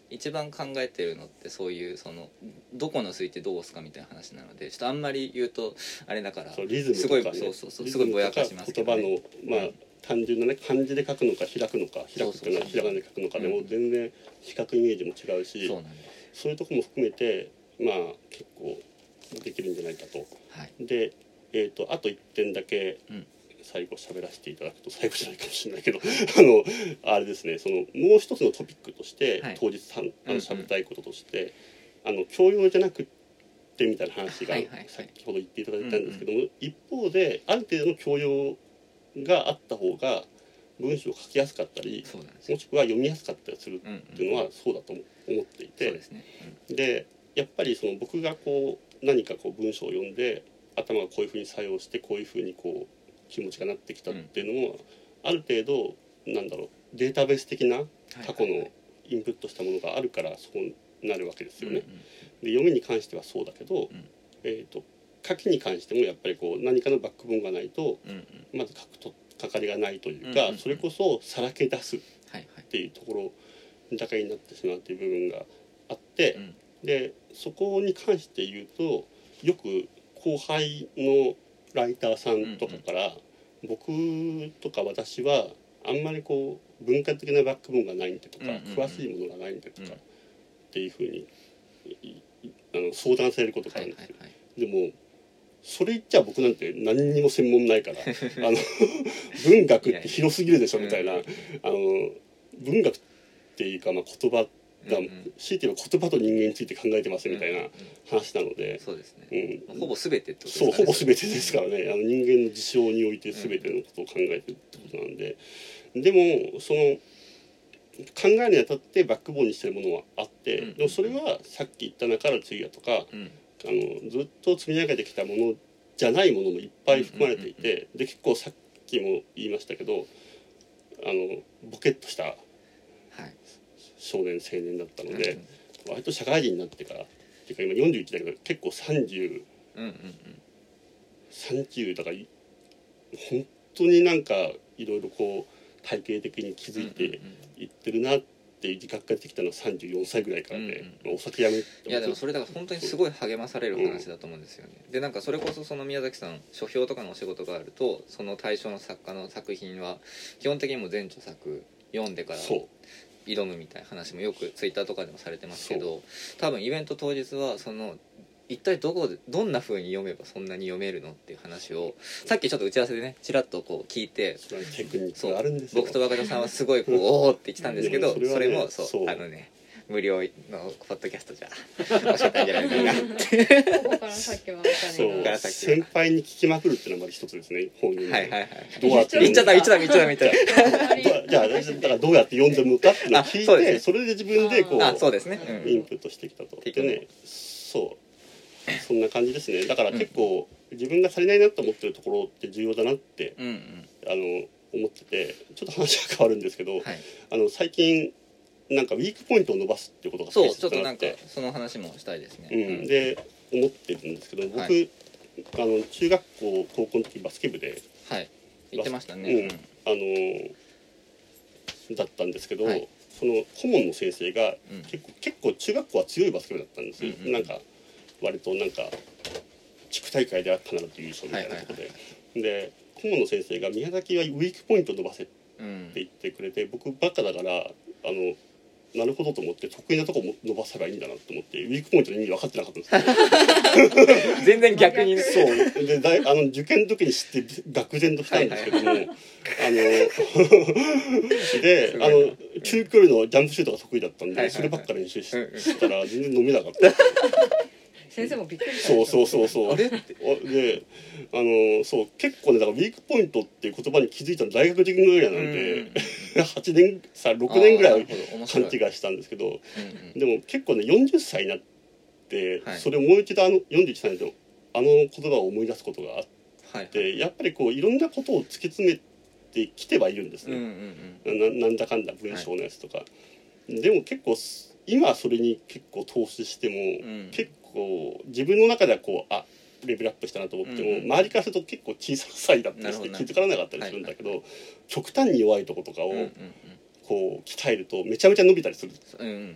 一番考えてるのってそういうそのどこのスイッチどう押すかみたいな話なのでちょっとあんまり言うとあれだからそうリズムとすごいかねそうそうそうすごいぼやかしますけど、ね、 言葉のまあ、うん、単純なね漢字で書くのか開くのか開くっていうのはひらがなで書くのかでも全然視覚イメージも違うし、 そうなんです、 そういうところも含めてまあ結構できるんじゃないかと、 はい、 で、えーと、あといってんだけ、 うん最後喋らせていただくと最後じゃないかもしれないけどあのあれですねそのもう一つのトピックとして、はい、当日さんあの喋りたいこととして、うんうん、あの教養じゃなくてみたいな話が先ほど言っていただいたんですけども、一方である程度の教養があった方が文章を書きやすかったり、もしくは読みやすかったりするっていうのはそうだと思っていて、でやっぱりその僕がこう何かこう文章を読んで頭がこういうふうに作用してこういうふうにこう気持ちがなってきたっていうのも、ある程度なんだろうデータベース的な過去のインプットしたものがあるからそうなるわけですよね。で読みに関してはそうだけど、えーと書きに関してもやっぱりこう何かのバックボーンがないとまず書くとかかりがないというか、それこそさらけ出すっていうところだけになってしまうという部分があって、でそこに関して言うとよく後輩のライターさんとかから、うんうん、僕とか私はあんまりこう文化的なバックボーンがないんでとか、うんうんうん、詳しいものがないんでとか、うん、っていうふうにあの相談されることがあるんですよ、はいはいはい、でもそれ言っちゃ僕なんて何にも専門ないからあの文学って広すぎるでしょみたいな、あの文学っていうかまあ言葉だ、うんうん、強いて言えば言葉と人間について考えてますみたいな話なので、うんうん、 そうですね、うん、ほぼ全てってことですかね。そうほぼ全てですからね、あの人間の事象において全てのことを考えてるってことなんで、でもその考えるにあたってバックボーンにしてるものはあって、うん、でもそれはさっき言った中の次だとか、うん、あのずっと積み上げてきたものじゃないものもいっぱい含まれていて、で結構さっきも言いましたけどあのボケっとした少年青年だったので、うん、割と社会人になってからっていうか今よんじゅういちだけど結構さんじゅう、うんうんうん、さんじゅうだから本当になんかいろいろこう体系的に気づいていってるなっていう自覚が出てきたのはさんじゅうよんさいぐらいからで、うんうんまあ、お酒やめいやでもそれだから本当にすごい励まされる話だと思うんですよね、うん、でなんかそれこそその宮崎さん書評とかのお仕事があるとその対象の作家の作品は基本的にもう全著作読んでから挑むみたいな話もよくツイッターとかでもされてますけど、多分イベント当日はその一体どこでどんな風に読めばそんなに読めるのっていう話をさっきちょっと打ち合わせでねちらっとこう聞いて、 テクニックがあるんですよ。 僕と若田さんはすごいこうおおって言ってたんですけど、それはね、それもそう、そうあのね無料のポッドキャストじゃ教えたんじゃないかなってここからさっきもそう先輩に聞きまくるっていうのはまず一つですね。本人はいはいはいどうやって言っちゃった言っちゃった言っちゃったみたいなじゃあだからどうやって読んでむかっていうのを聞いて そ, う、ね、それで自分でこうあそうですね、 うん、インプットしてきたとでね、そうそんな感じですね。だから結構、うん、自分が足りないなと思ってるところって重要だなって、うんうん、あの思ってて、ちょっと話が変わるんですけど、はい、あの最近なんかウィークポイントを伸ばすっていうことがそうちょっとなんかその話もしたいですね、 うん、で思ってるんですけど僕、はい、あの中学校高校の時バスケ部ではい言ってましたね、 うん、あのだったんですけど、はい、その顧問の先生が結構、うん、結構中学校は強いバスケ部だったんですよ、うんうん、なんか割となんか地区大会では必ず優勝みたいなことで、はいはいはい、で顧問の先生が宮崎はウィークポイントを伸ばせって言ってくれて、うん、僕バカだからあのなるほどと思って得意なとこも伸ばせばいいんだなと思ってウィークポイントの意味分かってなかったんですよ全然逆にねそうでだいあの受験の時に知って愕然としたんですけども、はいはいはい、あのであの中距離のジャンプシュートが得意だったんで、はいはいはい、そればっかり練習したら全然伸びなかった先生もびっくりしたそうそうそうそうであのそう結構ねだからウィークポイントっていう言葉に気づいたの大学受験ぐらいなんではちねんさろくねんぐらい勘違いしたんですけど、うんうん、でも結構ねよんじゅっさいになって、はい、それをもう一度あのよんじゅういちさいであの言葉を思い出すことがあって、はい、やっぱりこういろんなことを突き詰めてきてはいるんですね、うんうんうん、な, なんだかんだ文章のやつとか、はい、でも結構今それに結構投資しても、うん、結構自分の中ではこうあレベルアップしたなと思っても、うんうん、周りからすると結構小さな差異だったりして気づかなかったりするんだけど、はいはい、極端に弱いとことかをこう鍛えるとめちゃめちゃ伸びたりする、うんうんうん、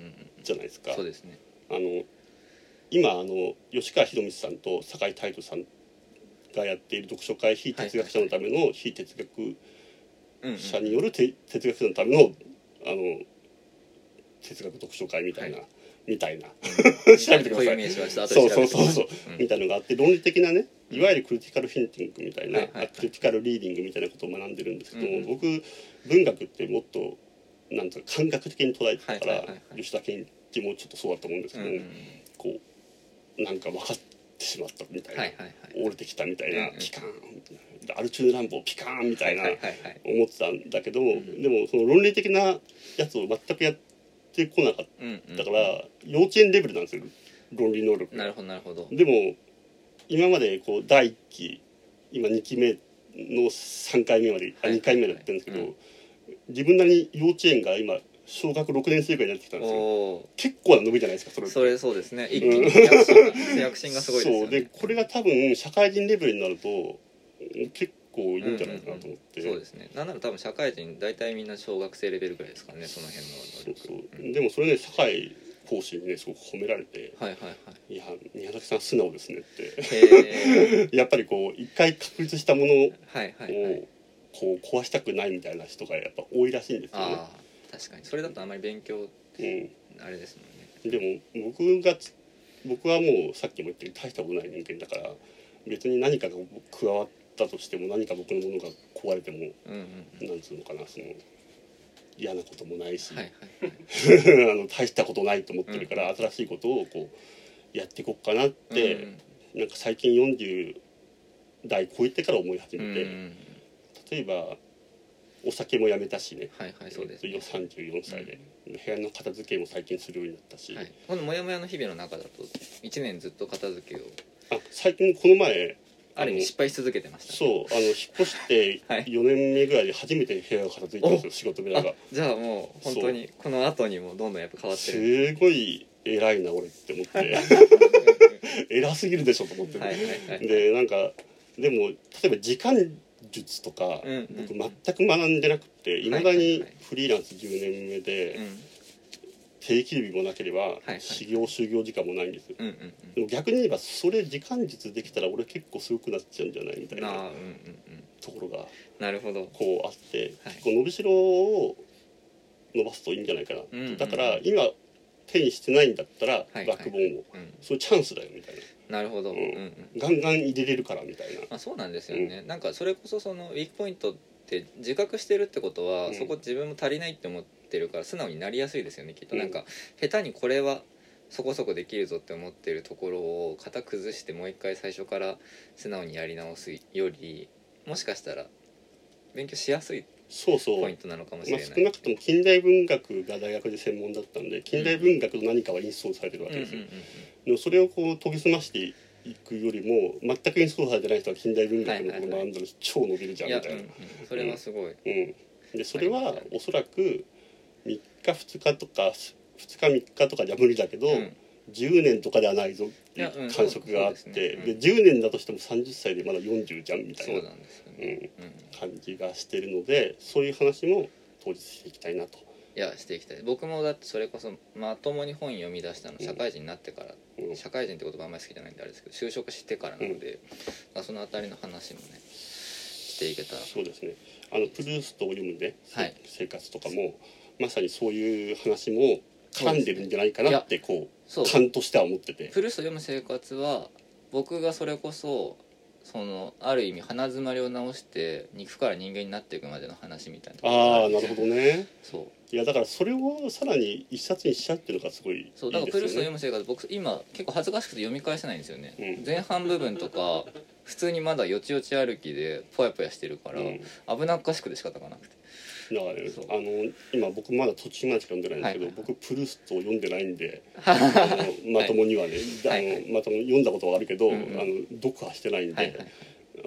じゃないですか。 そうですね。 あの今あの吉川博光さんと酒井太斗さんがやっている読書会非哲学者のための非哲学者によるて哲学者のためのあの哲学読書会みたいな、はい、みたいな調べてください。そうそうそうそう、うん、みたいなのがあって論理的なねいわゆるクリティカルヒンティングみたいな、はいはいはい、クリティカルリーディングみたいなことを学んでるんですけども、うん、僕文学ってもっとなんとか感覚的に捉えてたから、はいはいはいはい、吉田健一もちょっとそうだと思うんですけども、うん、こうなんか分かってしまったみたいな、はいはいはい、折れてきたみたいな、うんうん、ピカーンアルチューヌ・ランボーピカーンみたいな、はいはいはいはい、思ってたんだけど、うん、でもその論理的なやつを全くやってこなかったから、うんうん、幼稚園レベルなんですよ論理能力。 なるほどなるほど。 でも今までこうだいいっき今にきめのさんかいめまで、はい、にかいめでやってるんですけど、はいはいはい、自分なりに幼稚園が今小学ろくねん生ぐらいになってきたんですよ。結構な伸びじゃないですかそれ。 それそうですね。一気に躍進が躍進がすごいですよね。 そうでこれが多分社会人レベルになると結構いいんじゃないかなと思って、 うんうんうん、そうですね。なんなら多分社会人大体みんな小学生レベルぐらいですからねその辺の能力。 そうそう、うん、でもそれね社会講師にねすごく褒められて、 はいはいはい、 いや宮崎さん素直ですねってやっぱりこう一回確立したものを、はいはいはい、こう壊したくないみたいな人がやっぱ多いらしいんですよね。 あ確かにそれだとあまり勉強ってあれですもんね、うん、でも僕が僕はもうさっきも言ったように大したことない人間だから別に何かが加わったとしても何か僕のものが壊れても、うんうんうん、なんつうのかなその嫌なこともないし、はいはいはい、あの大したことないと思ってるから、うんうん、新しいことをこうやっていこうかなって、うんうん、なんか最近よんじゅう代超えてから思い始めて、うんうん、例えばお酒もやめたしね、 はいはいそうですね、 さんじゅうよんさいで、うん、部屋の片付けも最近するようになったし、はい、 このモヤモヤの日々の中だといちねんずっと片付けをあ最近この前ある意味失敗し続けてました、ね、 そうあの引っ越してよねんめぐらいで初めて部屋が片付いたんですよ、仕事部屋が。 じゃあもう本当にこの後にもどんどんやっぱ変わってる。 すごい偉いな俺って思って偉すぎるでしょと思って、はいはいはい、でなんかでも例えば時間術とか、うんうん、僕全く学んでなくていまだにフリーランスじゅうねんめで、はいはいはい、定休日もなければ、はいはい、始業就業時間もないんですよ、うんうんうん、でも逆に言えばそれ時間術できたら俺結構すごくなっちゃうんじゃないみたいな、うんうんうん、ところがなるほどこうあって、はい、こう伸びしろを伸ばすといいんじゃないかな、うんうんうん、だから今手にしてないんだったら、はいはい、学本を、うん、そういうチャンスだよみたいな。 なるほど、うんうんうん、 ガンガン入れれるからみたいな、 まあ、そうなんですよね、うん、なんかそれこそそのウィークポイントって自覚してるってことは、うん、そこ自分も足りないって思ってるから素直になりやすいですよねきっと、うん、なんか下手にこれはそこそこできるぞって思ってるところを型崩してもう一回最初から素直にやり直すよりもしかしたら勉強しやすいポイントなのかもしれない。 そうそう、まあ、少なくとも近代文学が大学で専門だったんで近代文学の何かはインストールされてるわけですよ、うんうんうんうん、でもそれをこう研ぎ澄ましていくよりも全くインストールされてない人は近代文学のこと学んだら超伸びるじゃんみたいな、はいはいはい、いや、うんうん、 それはすごい、 うんうん、でそれはおそらくみっかふつかとかふつかみっかとかじゃ無理だけど、うん、じゅうねんとかではないぞっていう感触があって、うん、で、ねうん、じゅうねんだとしてもさんじゅっさいでまだよんじゅうじゃんみたいな、そうなんですよね、うん、感じがしてるのでそういう話も当日していきたいなと。 いやしていきたい。僕もだってそれこそまともに本読み出したの社会人になってから、うん、社会人って言葉あんまり好きじゃないんであれですけど就職してからなので、うん、そのあたりの話もねしていけたら。 そうですね、あのプルーストを読むね、はい、生活とかもまさにそういう話も絡んでるんじゃないかなってこう感としては思ってて、 プルーストを読む生活は僕がそれこそそのある意味鼻づまりを直して肉から人間になっていくまでの話みたいな。 ああなるほどね。そういやだからそれをさらに一冊にしちゃうっていうのがすごいいいですよね。 そうだからプルーストを読む生活僕今結構恥ずかしくて読み返せないんですよね、うん、前半部分とか普通にまだよちよち歩きでぽやぽやしてるから、うん、危なっかしくて仕方がなくて。 だからね、あの今僕まだ途中までしか読んでないんですけど、はいはいはい、僕プルーストを読んでないんであのまともにはね、はい、あのまともに読んだことはあるけど、うんうん、あの読破してないんで、はいはいはい、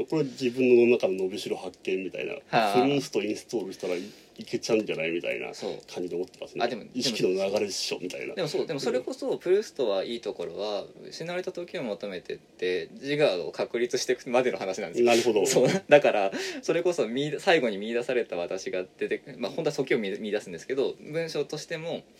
これ自分の中の伸びしろ発見みたいな、プルーストインストールしたらいけちゃうんじゃないみたいな感じで思ってますね。あでも意識の流れでしょみたいな。 でもそうでもそれこそプルーストはいいところは失われた時を求めてって自我を確立していくまでの話なんですよ。 なるほど。 そうだからそれこそ見最後に見出された私が出て、まあ本当は時を見出すんですけど文章としても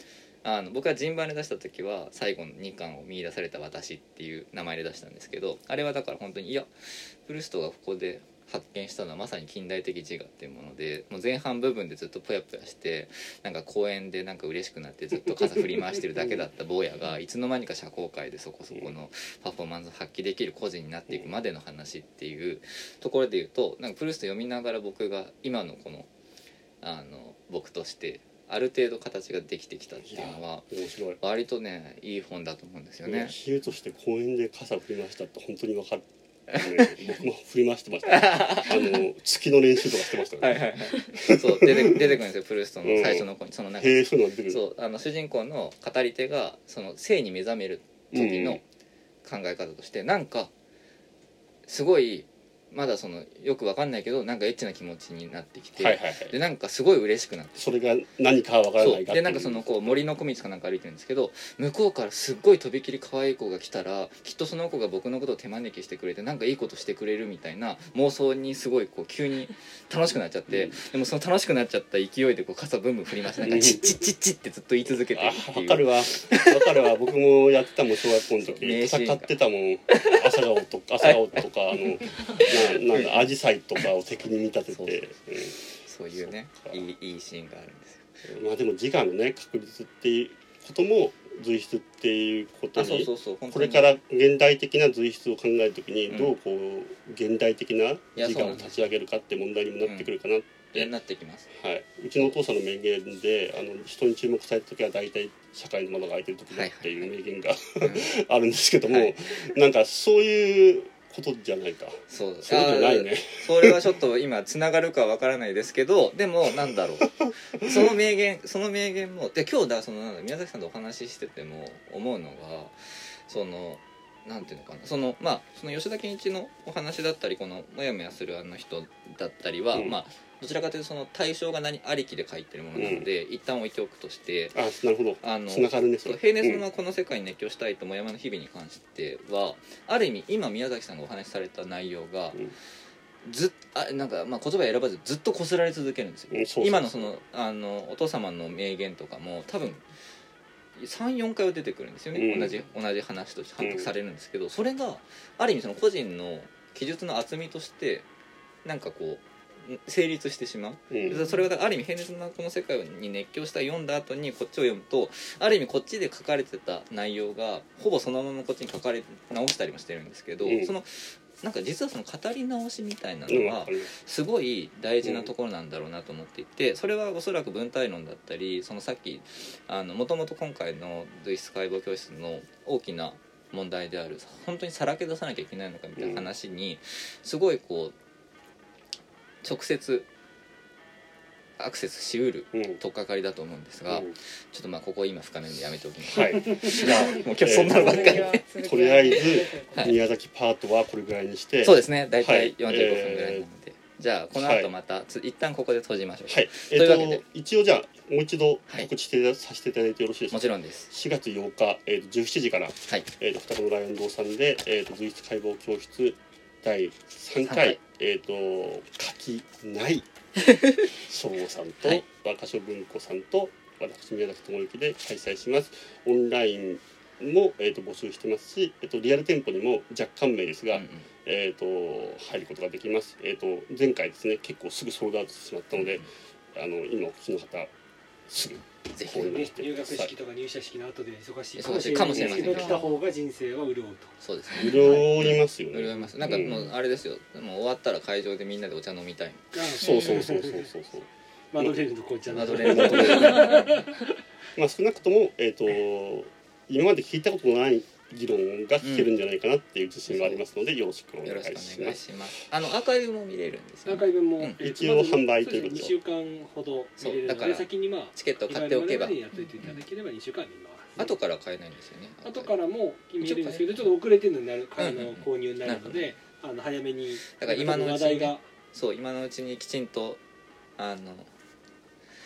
あの僕は順番で出した時は最後のにかんを見出された私っていう名前で出したんですけど、あれはだから本当にいやプルーストがここで発見したのはまさに近代的自我っていうもので、もう前半部分でずっとぽやぽやしてなんか公園でなんか嬉しくなってずっと傘振り回してるだけだった坊やがいつの間にか社交界でそこそこのパフォーマンスを発揮できる個人になっていくまでの話っていうところで言うと、なんかプルースト読みながら僕が今のこのあの僕としてある程度形ができてきたっていうのは面白い。 割とねいい本だと思うんですよね。 比喩として公園で傘振りましたって本当に分かる、ね、僕も振り回してました、ね、あの月の練習とかしてましたね。 はいはいはいそう出て出てくるんですよプルーストの最初の子に、そのなんかへえそういうのが出てくる。 そうあの主人公の語り手がその性に目覚める時の考え方として、なんかすごいまだそのよくわかんないけどなんかエッチな気持ちになってきて、 はいはいはい、 でなんかすごい嬉しくなって、 それが何かはわからないかでなんかそのこう森の小道かなんか歩いてるんですけど、向こうからすっごいとびきり可愛い子が来たらきっとその子が僕のことを手招きしてくれてなんかいいことしてくれるみたいな妄想にすごいこう急に楽しくなっちゃって、うん、でもその楽しくなっちゃった勢いでこう傘ブンブン振りましてなんかチッチッチッチッってずっと言い続けてるっていう。 わかるわわかるわ僕もやってたもん小学校の時戦ってたもん朝顔とか朝顔とかあのななんだアジサイとかを敵に見立ててそう、うん、 そういうねいいいいシーンがあるんですよ。 まあでも自我のね確立っていうことも随筆っていうことにこれから現代的な随筆を考えるときにどうこう現代的な自我を立ち上げるかって問題にもなってくるかなって、 うん、なってきます、 はい、うちのお父さんの名言であの人に注目された時は大体社会の窓が開いてる時だっていう名言が、はいはいはい、あるんですけども、はい、なんかそういうことじゃないか。 そう、 そういうことないね。 それはちょっと今つながるかわからないですけど、でもなんだろう。その名言、その名言もで今日だそのなんだ宮崎さんとお話ししてても思うのが、そのなんていうのかな、そのまあその吉田健一のお話だったりこのもやもやするあの人だったりは、うん、まあどちらかというとその対象が何ありきで書いてるものなので、うん、一旦置いておくとして、 あ、なるほど。 あのつながるね。 平熱のままこの世界に熱狂したいとも山の日々に関しては、ある意味今宮崎さんがお話しされた内容が、うん、ずっあなんかまあ言葉選ばずずっとこすられ続けるんですよ。うん、そうそうそう今のそのあのお父様の名言とかも多分さん、よんかいは出てくるんですよね、うん、同じ同じ話として反復されるんですけど、うん、それがある意味その個人の記述の厚みとしてなんかこう成立してしまう、うん、それがある意味平熱なこの世界に熱狂した読んだ後にこっちを読むとある意味こっちで書かれてた内容がほぼそのままこっちに書かれ直したりもしてるんですけど、うん、そのなんか実はその語り直しみたいなのはすごい大事なところなんだろうなと思っていて、それはおそらく文体論だったりそのさっきもともと今回の随筆解剖教室の大きな問題である本当にさらけ出さなきゃいけないのかみたいな話にすごいこう直接アクセスしうる取っかかりだと思うんですが、うん、ちょっとまあここ今深めるのでやめておきます。はい。じゃあもう今日そんなのばっかり、ねえー、とりあえず宮崎パートはこれぐらいにして、はい、 そうですね。だいたいよんじゅうごふんぐらいなので、えー、じゃあこの後また、はい、一旦ここで閉じましょう。 はい。えー、というわけで一応じゃあもう一度告知して、はい、させていただいてよろしいですか。 もちろんです。 しがつようか、えー、とじゅうしちじから、はい、えー、と双子のライオン堂さんで、えー、と随筆解剖教室だいさんかい、えっ、ー、と書きない省吾さんと、はい、若所文庫さんと私宮崎智之で開催します。オンラインも、えー、と募集してますし、えー、とリアル店舗にも若干名ですが、うんうん、えー、と入ることができます。えー、と前回ですね結構すぐソールドアウトしてしまったので、うん、あの今お聞きの方すぐぜひ、ね、入学式とか入社式の後で忙しいかもしれないですけど来た方が人生は潤うと。 そうですね。 潤いますよね。 潤います。なんかもうあれですよ。もう終わったら会場でみんなでお茶飲みたい。 そうそうそうそうそうそう。 マドレーヌの紅茶。 マドレーヌの紅茶。 まあ少なくともえっ、ー、と今まで聞いたことのない議論が聞けるんじゃないかなっていう自信がありますので、うん、よろしくお願いします。 あのアーカイブも見れるんですよ、ね。 アーカイブも、うん、 一応販売ということで。 にしゅうかんほど見れるので、だから先にまあチケットを買っておけば、 やっといていただければにしゅうかん見ます。 後から買えないんですよね。 後からも見れるんですけど、ちょっと遅れてるのになる、あの購入になるので、あの早めにだから今のうちに、ね、そう今のうちにきちんとあの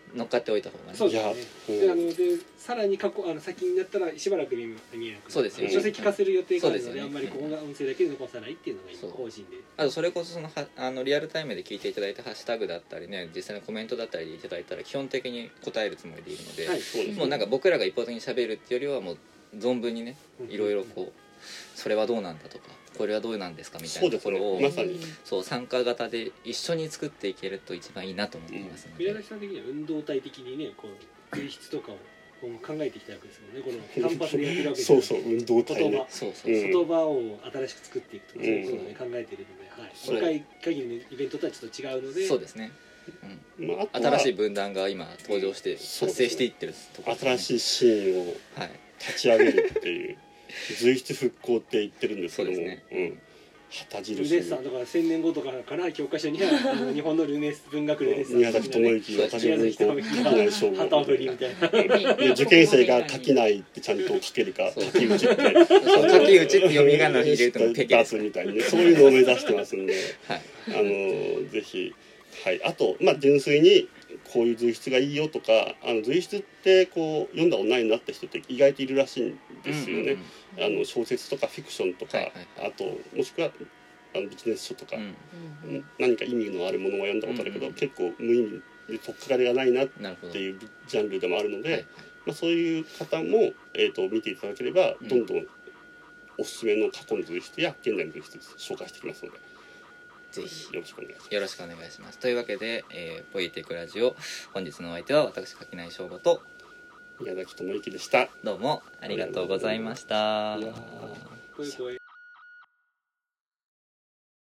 乗っかっておいた方がね。 そうですね。 いやであのでさらに過去あの先になったらしばらく見見えなくなる。 そうですよね書籍化する予定があるので、 そうですよねあんまりこう音声だけで残さないっていうのが今そう方針で。 あとそれこそそのはあのリアルタイムで聞いていただいたハッシュタグだったりね、実際のコメントだったりいただいたら基本的に答えるつもりでいるので、 はい。 そうですもうなんか僕らが一方的に喋るっていうよりはもう存分にね、いろいろこうそれはどうなんだとかこれはどうなんですかみたいなところをそうですねまさにそう参加型で一緒に作っていけると一番いいなと思っていますので、 宮崎さん的には運動体的にね、こう随筆とかをこう考えてきたわけですもんね。この単発でやってるわけじゃなくて、 そうそう運動体言葉ねそうそうそう、 うん言葉を新しく作っていくとか、そういうことをねうん考えているので、はい。 そう若い限りのイベントとはちょっと違うので、 そうですね、 まあ、あうん、 とは新しい分断が今登場してそう発生していってるところですね、 新しいシーンをはい立ち上げるっていう随筆復興って言ってるんですけどもそうですねうん、旗ル印ネッサンとか千年後とかから教科書にはあの日本のルネス文学ルネッサン宮崎智之そう私の文庫書きない将軍旗振りみたいな。 で受験生が書きないってちゃんと書けるかそう書き打ちってそう書き打ちって読み仮名を入れるともペケです、 出すみたいにねそういうのを目指してますんではい、 あのぜひ、はい、あと、まあ、純粋にこういう随筆がいいよとかあの随筆ってこう読んだことないになった人って意外といるらしいんですよね、あの小説とかフィクションとか、 はいはいあともしくはあのビジネス書とか、 うんうん何か意味のあるものは読んだことあるけど、 うん結構無意味で取っかかりがないなっなるほどていうジャンルでもあるので、 はいまあ、そういう方も、えー、と見ていただければうんどんどんおすすめの過去の随筆や現代の随筆紹介していきますのでぜひよろしくお願いします。 よろしくお願いします。というわけで、えー、ポイテクラジオ本日のお相手は私垣内翔吾と宮崎智之でした。 どうもありがとうございました。 いやーこういうこういう